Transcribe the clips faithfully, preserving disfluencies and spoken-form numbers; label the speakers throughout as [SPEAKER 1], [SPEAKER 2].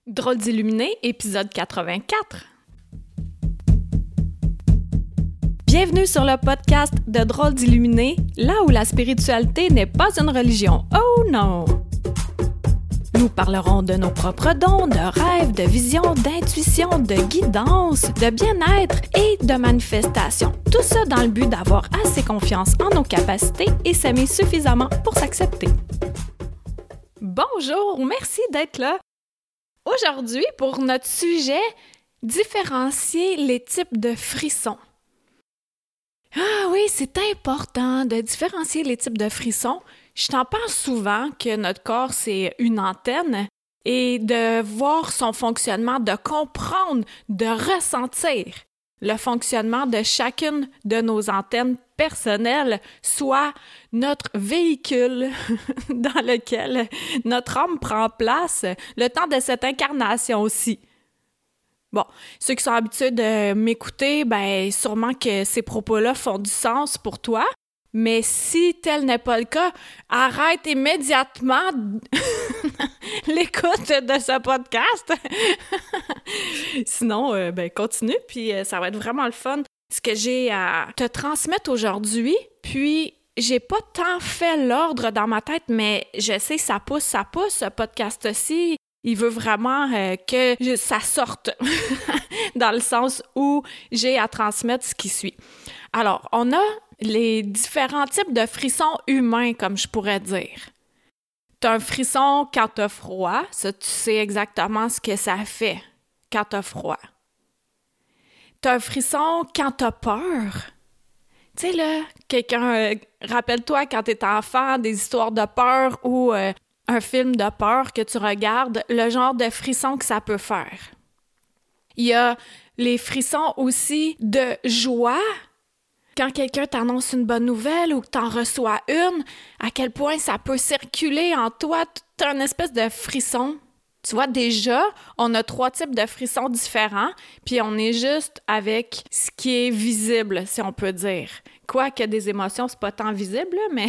[SPEAKER 1] Drôles d'illuminés, épisode quatre-vingt-quatre. Bienvenue sur le podcast de Drôles d'illuminés, là où la spiritualité n'est pas une religion. Oh non! Nous parlerons de nos propres dons, de rêves, de visions, d'intuition, de guidance, de bien-être et de manifestation. Tout ça dans le but d'avoir assez confiance en nos capacités et s'aimer suffisamment pour s'accepter. Bonjour, merci d'être là. Aujourd'hui, pour notre sujet, différencier les types de frissons. Ah oui, c'est important de différencier les types de frissons. Je t'en parle souvent que notre corps, c'est une antenne et de voir son fonctionnement, de comprendre, de ressentir le fonctionnement de chacune de nos antennes personnelles, soit notre véhicule dans lequel notre âme prend place le temps de cette incarnation aussi. Bon, ceux qui sont habitués de m'écouter, ben sûrement que ces propos-là font du sens pour toi. Mais si tel n'est pas le cas, arrête immédiatement l'écoute de ce podcast. Sinon, euh, ben continue, puis euh, ça va être vraiment le fun. Ce que j'ai à te transmettre aujourd'hui, puis j'ai pas tant fait l'ordre dans ma tête, mais je sais, ça pousse, ça pousse, ce podcast-ci. Il veut vraiment euh, que je, ça sorte, dans le sens où j'ai à transmettre ce qui suit. Alors, on a les différents types de frissons humains, comme je pourrais dire. T'as un frisson quand t'as froid, ça, tu sais exactement ce que ça fait quand t'as froid. T'as un frisson quand t'as peur. Tu sais, là, quelqu'un, euh, rappelle-toi quand t'es enfant, des histoires de peur ou euh, un film de peur que tu regardes, le genre de frisson que ça peut faire. Il y a les frissons aussi de joie. Quand quelqu'un t'annonce une bonne nouvelle ou que t'en reçois une, à quel point ça peut circuler en toi, t'as une espèce de frisson. Tu vois, déjà, on a trois types de frissons différents, puis on est juste avec ce qui est visible, si on peut dire. Quoique des émotions, c'est pas tant visible, mais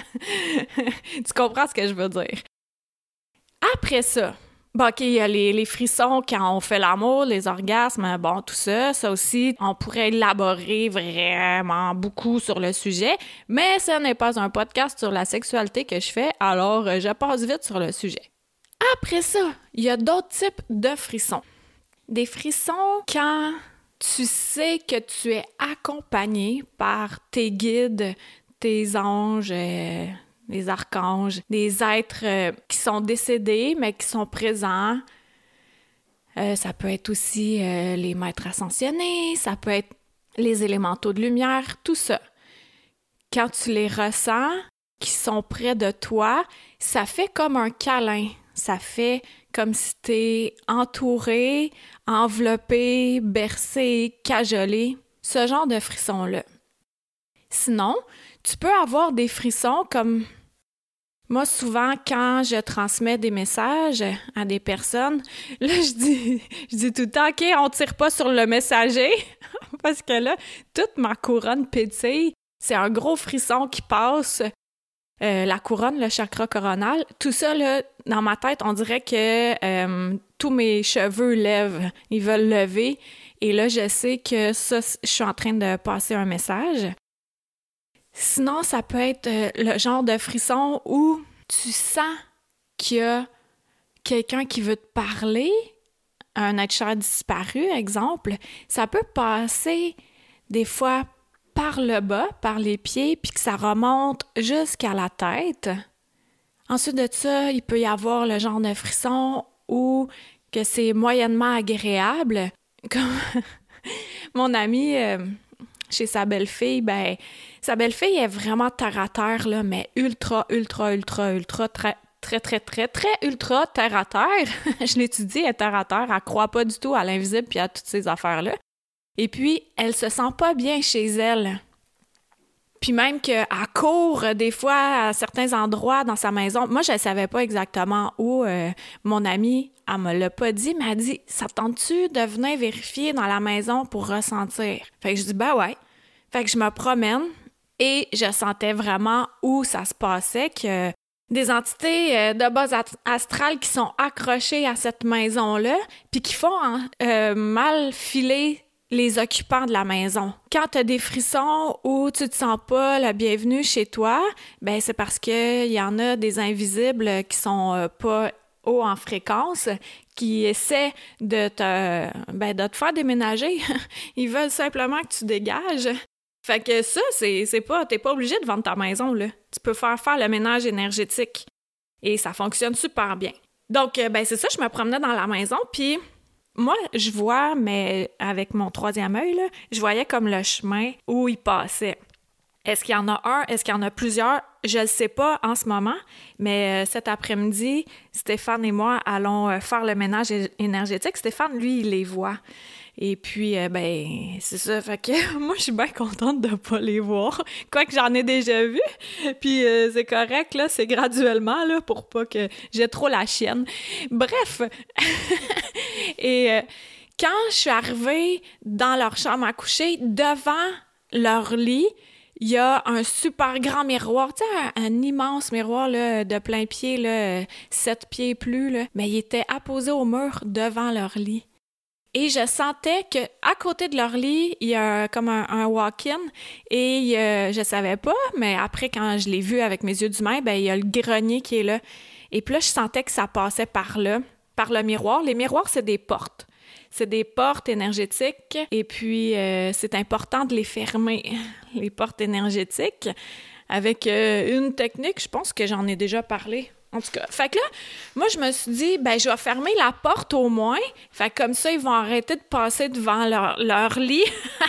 [SPEAKER 1] tu comprends ce que je veux dire. Après ça, bon, OK, il y a les, les frissons quand on fait l'amour, les orgasmes, bon, tout ça, ça aussi, on pourrait élaborer vraiment beaucoup sur le sujet, mais ce n'est pas un podcast sur la sexualité que je fais, alors je passe vite sur le sujet. Après ça, il y a d'autres types de frissons. Des frissons quand tu sais que tu es accompagné par tes guides, tes anges, euh, les archanges, des êtres euh, qui sont décédés, mais qui sont présents. Euh, ça peut être aussi euh, les maîtres ascensionnés, ça peut être les élémentaux de lumière, tout ça. Quand tu les ressens, qui sont près de toi, ça fait comme un câlin. Ça fait comme si t'es entouré, enveloppé, bercé, cajolé. Ce genre de frisson-là. Sinon, tu peux avoir des frissons comme... Moi, souvent, quand je transmets des messages à des personnes, là, je dis, je dis tout le temps, OK, on tire pas sur le messager, parce que là, toute ma couronne pétille. C'est un gros frisson qui passe, euh, la couronne, le chakra coronal. Tout ça, là, dans ma tête, on dirait que euh, tous mes cheveux lèvent, ils veulent lever. Et là, je sais que ça, je suis en train de passer un message. Sinon, ça peut être euh, le genre de frisson où tu sens qu'il y a quelqu'un qui veut te parler, un être cher disparu, exemple. Ça peut passer des fois par le bas, par les pieds, puis que ça remonte jusqu'à la tête. Ensuite de ça, il peut y avoir le genre de frisson où que c'est moyennement agréable. Comme mon amie... Euh, chez sa belle-fille, ben sa belle-fille est vraiment terre à terre, là, mais ultra, ultra, ultra, ultra, très, très, très, très, très, ultra terre à terre. Je l'étudie, elle est terre à terre, elle croit pas du tout à l'invisible puis à toutes ces affaires-là. Et puis, elle se sent pas bien chez elle. Puis même qu'elle court des fois à certains endroits dans sa maison. Moi, je ne savais pas exactement où. Euh, mon amie, elle me l'a pas dit, mais elle a dit « Ça te tente-tu de venir vérifier dans la maison pour ressentir? » Fait que je dis « Ben ouais. » Fait que je me promène et je sentais vraiment où ça se passait, que des entités euh, de base astrale qui sont accrochées à cette maison-là, puis qui font euh, mal filer les occupants de la maison. Quand tu as des frissons ou tu te sens pas la bienvenue chez toi, ben c'est parce que il y en a des invisibles qui sont euh, pas hauts en fréquence, qui essaient de te, ben, de te faire déménager. Ils veulent simplement que tu dégages. Fait que ça, c'est, c'est pas, t'es pas obligé de vendre ta maison, là. Tu peux faire faire le ménage énergétique. Et ça fonctionne super bien. Donc, ben c'est ça, je me promenais dans la maison, puis moi, je vois, mais avec mon troisième œil, là, je voyais comme le chemin où il passait. Est-ce qu'il y en a un? Est-ce qu'il y en a plusieurs? Je le sais pas en ce moment, mais euh, cet après-midi, Stéphane et moi allons euh, faire le ménage é- énergétique. Stéphane, lui, il les voit. Et puis, euh, ben, c'est ça. Fait que moi, je suis bien contente de pas les voir. Quoique j'en ai déjà vu. Puis, euh, c'est correct, là. C'est graduellement, là, pour pas que j'ai trop la chienne. Bref. Et euh, quand je suis arrivée dans leur chambre à coucher, devant leur lit, il y a un super grand miroir, tu sais, un, un immense miroir là, de plein pied, là, sept pieds plus, là. Mais il était apposé au mur devant leur lit. Et je sentais que à côté de leur lit, il y a comme un, un walk-in et euh, je savais pas, mais après, quand je l'ai vu avec mes yeux d'humain, ben il y a le grenier qui est là. Et puis là, je sentais que ça passait par là, par le miroir. Les miroirs, c'est des portes. C'est des portes énergétiques et puis euh, c'est important de les fermer, les portes énergétiques, avec euh, une technique, je pense que j'en ai déjà parlé. En tout cas, fait que là, moi, je me suis dit, ben, je vais fermer la porte au moins. Fait que comme ça, ils vont arrêter de passer devant leur, leur lit.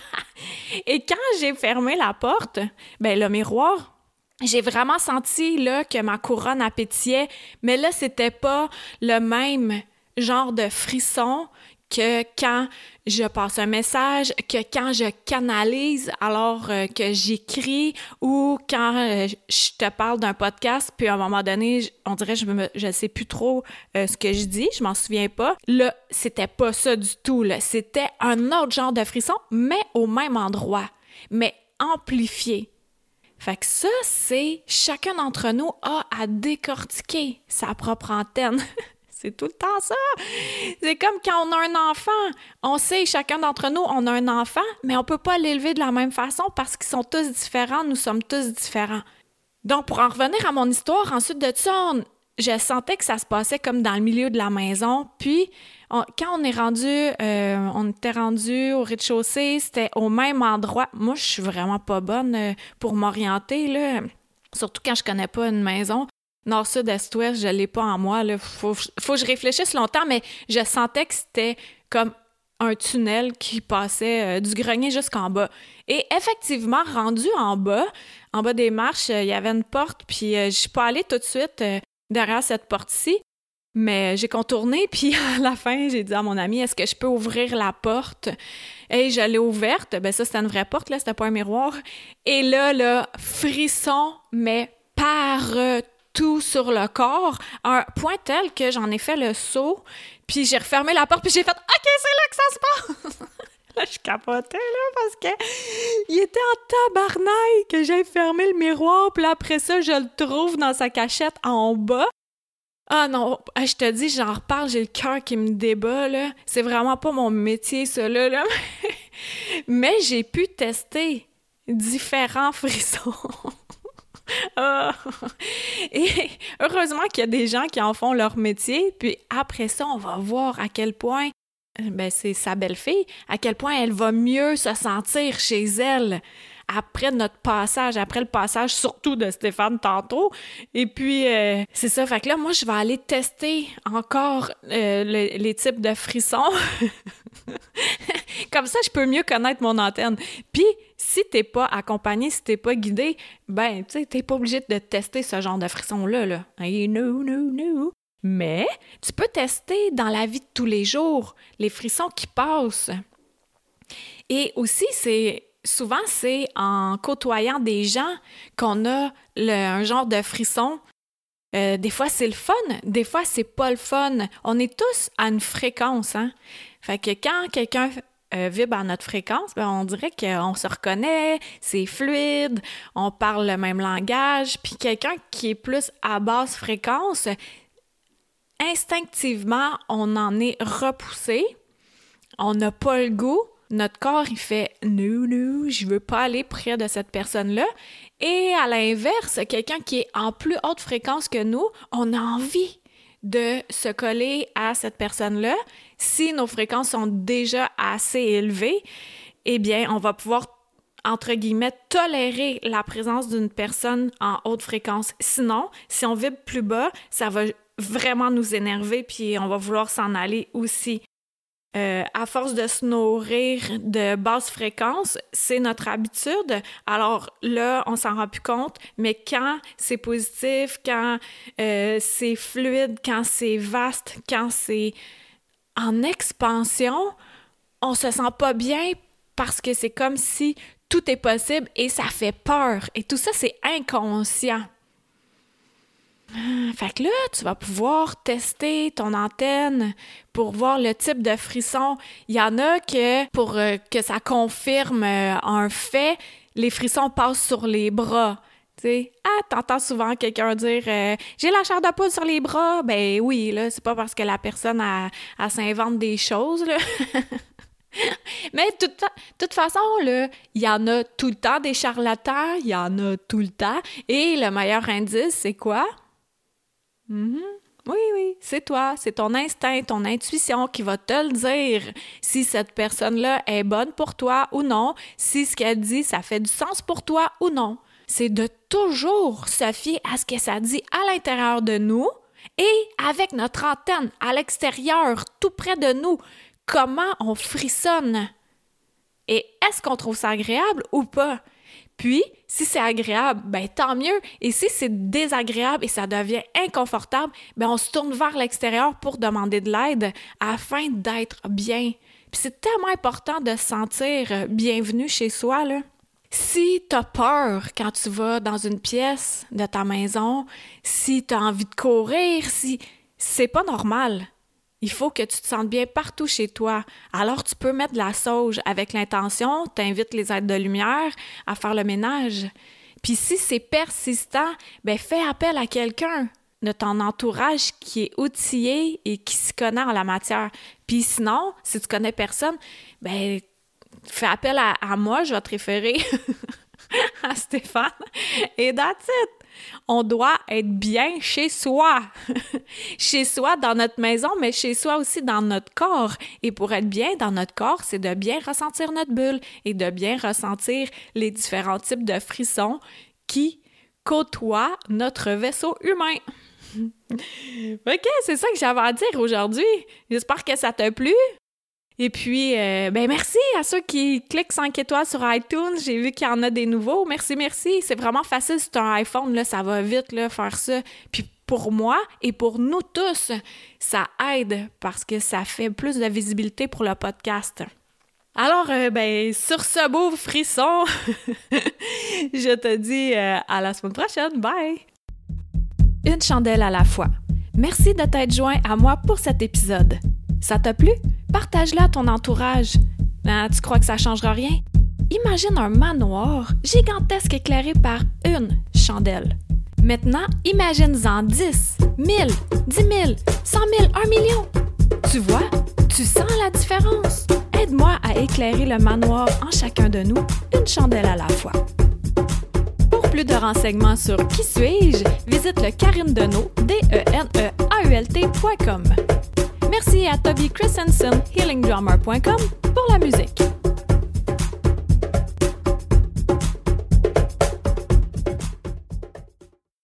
[SPEAKER 1] Et quand j'ai fermé la porte, ben, le miroir, j'ai vraiment senti, là, que ma couronne appétillait. Mais là, c'était pas le même genre de frisson que quand je passe un message, que quand je canalise alors euh, que j'écris ou quand euh, je te parle d'un podcast, puis à un moment donné, on dirait que je me, je sais plus trop euh, ce que je dis, je m'en souviens pas. Là, c'était pas ça du tout, là. C'était un autre genre de frisson, mais au même endroit, mais amplifié. Fait que ça, c'est chacun d'entre nous a à décortiquer sa propre antenne. C'est tout le temps ça. C'est comme quand on a un enfant. On sait, chacun d'entre nous, on a un enfant, mais on peut pas l'élever de la même façon parce qu'ils sont tous différents. Nous sommes tous différents. Donc, pour en revenir à mon histoire, ensuite de ça, on, je sentais que ça se passait comme dans le milieu de la maison. Puis, on, quand on est rendu, euh, on était rendu au rez-de-chaussée, c'était au même endroit. Moi, je suis vraiment pas bonne euh, pour m'orienter, là. Surtout quand je connais pas une maison. Nord, sud, est, ouest, je l'ai pas en moi. Il faut, faut que je réfléchisse longtemps, mais je sentais que c'était comme un tunnel qui passait euh, du grenier jusqu'en bas. Et effectivement, rendu en bas, en bas des marches, il euh, y avait une porte, puis euh, je suis pas allée tout de suite euh, derrière cette porte-ci, mais j'ai contourné, puis à la fin, j'ai dit à mon ami, est-ce que je peux ouvrir la porte? Et je l'ai ouverte. Ben ça, c'était une vraie porte, là, c'était pas un miroir. Et là, là, frisson, mais partout tout sur le corps, à un point tel que j'en ai fait le saut, puis j'ai refermé la porte, puis j'ai fait « OK, c'est là que ça se passe! » Là, je capotais, là, parce que il était en tabarnak que j'ai fermé le miroir, puis après ça, je le trouve dans sa cachette en bas. Ah non, je te dis, j'en reparle, j'ai le cœur qui me débat, là. C'est vraiment pas mon métier, ça, là, là. Mais j'ai pu tester différents frissons. Oh. Et heureusement qu'il y a des gens qui en font leur métier, puis après ça, on va voir à quel point, ben c'est sa belle-fille, à quel point elle va mieux se sentir chez elle après notre passage, après le passage surtout de Stéphane tantôt. Et puis, euh, c'est ça, fait que là, moi, je vais aller tester encore euh, le, les types de frissons. Comme ça, je peux mieux connaître mon antenne. Puis, si t'es pas accompagné, si t'es pas guidé, ben, tu sais, t'es pas obligé de tester ce genre de frisson-là, là. Hey, no, no, no. Mais, tu peux tester dans la vie de tous les jours les frissons qui passent. Et aussi, c'est... Souvent, c'est en côtoyant des gens qu'on a le, un genre de frisson. Euh, des fois, c'est le fun. Des fois, c'est pas le fun. On est tous à une fréquence, hein? Fait que quand quelqu'un euh, vibre à notre fréquence, ben on dirait qu'on se reconnaît, c'est fluide, on parle le même langage, puis quelqu'un qui est plus à basse fréquence, instinctivement, on en est repoussé, on n'a pas le goût, notre corps, il fait « non, non, je veux pas aller près de cette personne-là ». Et à l'inverse, quelqu'un qui est en plus haute fréquence que nous, on a envie de se coller à cette personne-là. Si nos fréquences sont déjà assez élevées, eh bien, on va pouvoir, entre guillemets, tolérer la présence d'une personne en haute fréquence. Sinon, si on vibre plus bas, ça va vraiment nous énerver, puis on va vouloir s'en aller aussi. Euh, à force de se nourrir de basse fréquence, c'est notre habitude. Alors là, on s'en rend plus compte, mais quand c'est positif, quand euh, c'est fluide, quand c'est vaste, quand c'est en expansion, on se sent pas bien parce que c'est comme si tout est possible et ça fait peur. Et tout ça, c'est inconscient. Fait que là, tu vas pouvoir tester ton antenne pour voir le type de frisson. Il y en a que, pour euh, que ça confirme euh, un fait, les frissons passent sur les bras. Tu sais, ah, t'entends souvent quelqu'un dire euh, « J'ai la chair de poule sur les bras ». Ben oui, là, c'est pas parce que la personne, elle, elle s'invente des choses, là. Mais de toute, toute façon, là, il y en a tout le temps des charlatans, il y en a tout le temps. Et le meilleur indice, c'est quoi? Mm-hmm. Oui, oui, c'est toi, c'est ton instinct, ton intuition qui va te le dire si cette personne-là est bonne pour toi ou non, si ce qu'elle dit, ça fait du sens pour toi ou non. C'est de toujours se fier à ce que ça dit à l'intérieur de nous et avec notre antenne à l'extérieur, tout près de nous, comment on frissonne. Et est-ce qu'on trouve ça agréable ou pas? Puis, si c'est agréable, ben tant mieux. Et si c'est désagréable et ça devient inconfortable, ben on se tourne vers l'extérieur pour demander de l'aide afin d'être bien. Puis c'est tellement important de se sentir bienvenu chez soi, là. Si t'as peur quand tu vas dans une pièce de ta maison, si t'as envie de courir, si c'est pas normal. Il faut que tu te sentes bien partout chez toi. Alors, tu peux mettre de la sauge avec l'intention, t'invites les êtres de lumière à faire le ménage. Puis si c'est persistant, ben fais appel à quelqu'un de ton entourage qui est outillé et qui s'y connaît en la matière. Puis sinon, si tu connais personne, ben fais appel à, à moi, je vais te référer à Stéphane. Et that's it! On doit être bien chez soi. Chez soi, dans notre maison, mais chez soi aussi dans notre corps. Et pour être bien dans notre corps, c'est de bien ressentir notre bulle et de bien ressentir les différents types de frissons qui côtoient notre vaisseau humain. OK, c'est ça que j'avais à dire aujourd'hui. J'espère que ça t'a plu. Et puis, euh, ben merci à ceux qui cliquent cinq étoiles sur iTunes. J'ai vu qu'il y en a des nouveaux. Merci, merci. C'est vraiment facile sur un iPhone, là, ça va vite, là, faire ça. Puis pour moi et pour nous tous, ça aide parce que ça fait plus de visibilité pour le podcast. Alors, euh, ben, sur ce beau frisson, je te dis euh, à la semaine prochaine. Bye! Une chandelle à la fois. Merci de t'être joint à moi pour cet épisode. Ça t'a plu? Partage-le à ton entourage. Ah, tu crois que ça changera rien? Imagine un manoir gigantesque éclairé par une chandelle. Maintenant, imagine-en dix, mille, dix mille, cent mille, un million. Tu vois? Tu sens la différence? Aide-moi à éclairer le manoir en chacun de nous, une chandelle à la fois. Pour plus de renseignements sur Qui suis-je, visite le Karine Deneault, D E N E A U L T point com. Merci à Toby Christensen, healing drummer point com, pour la musique.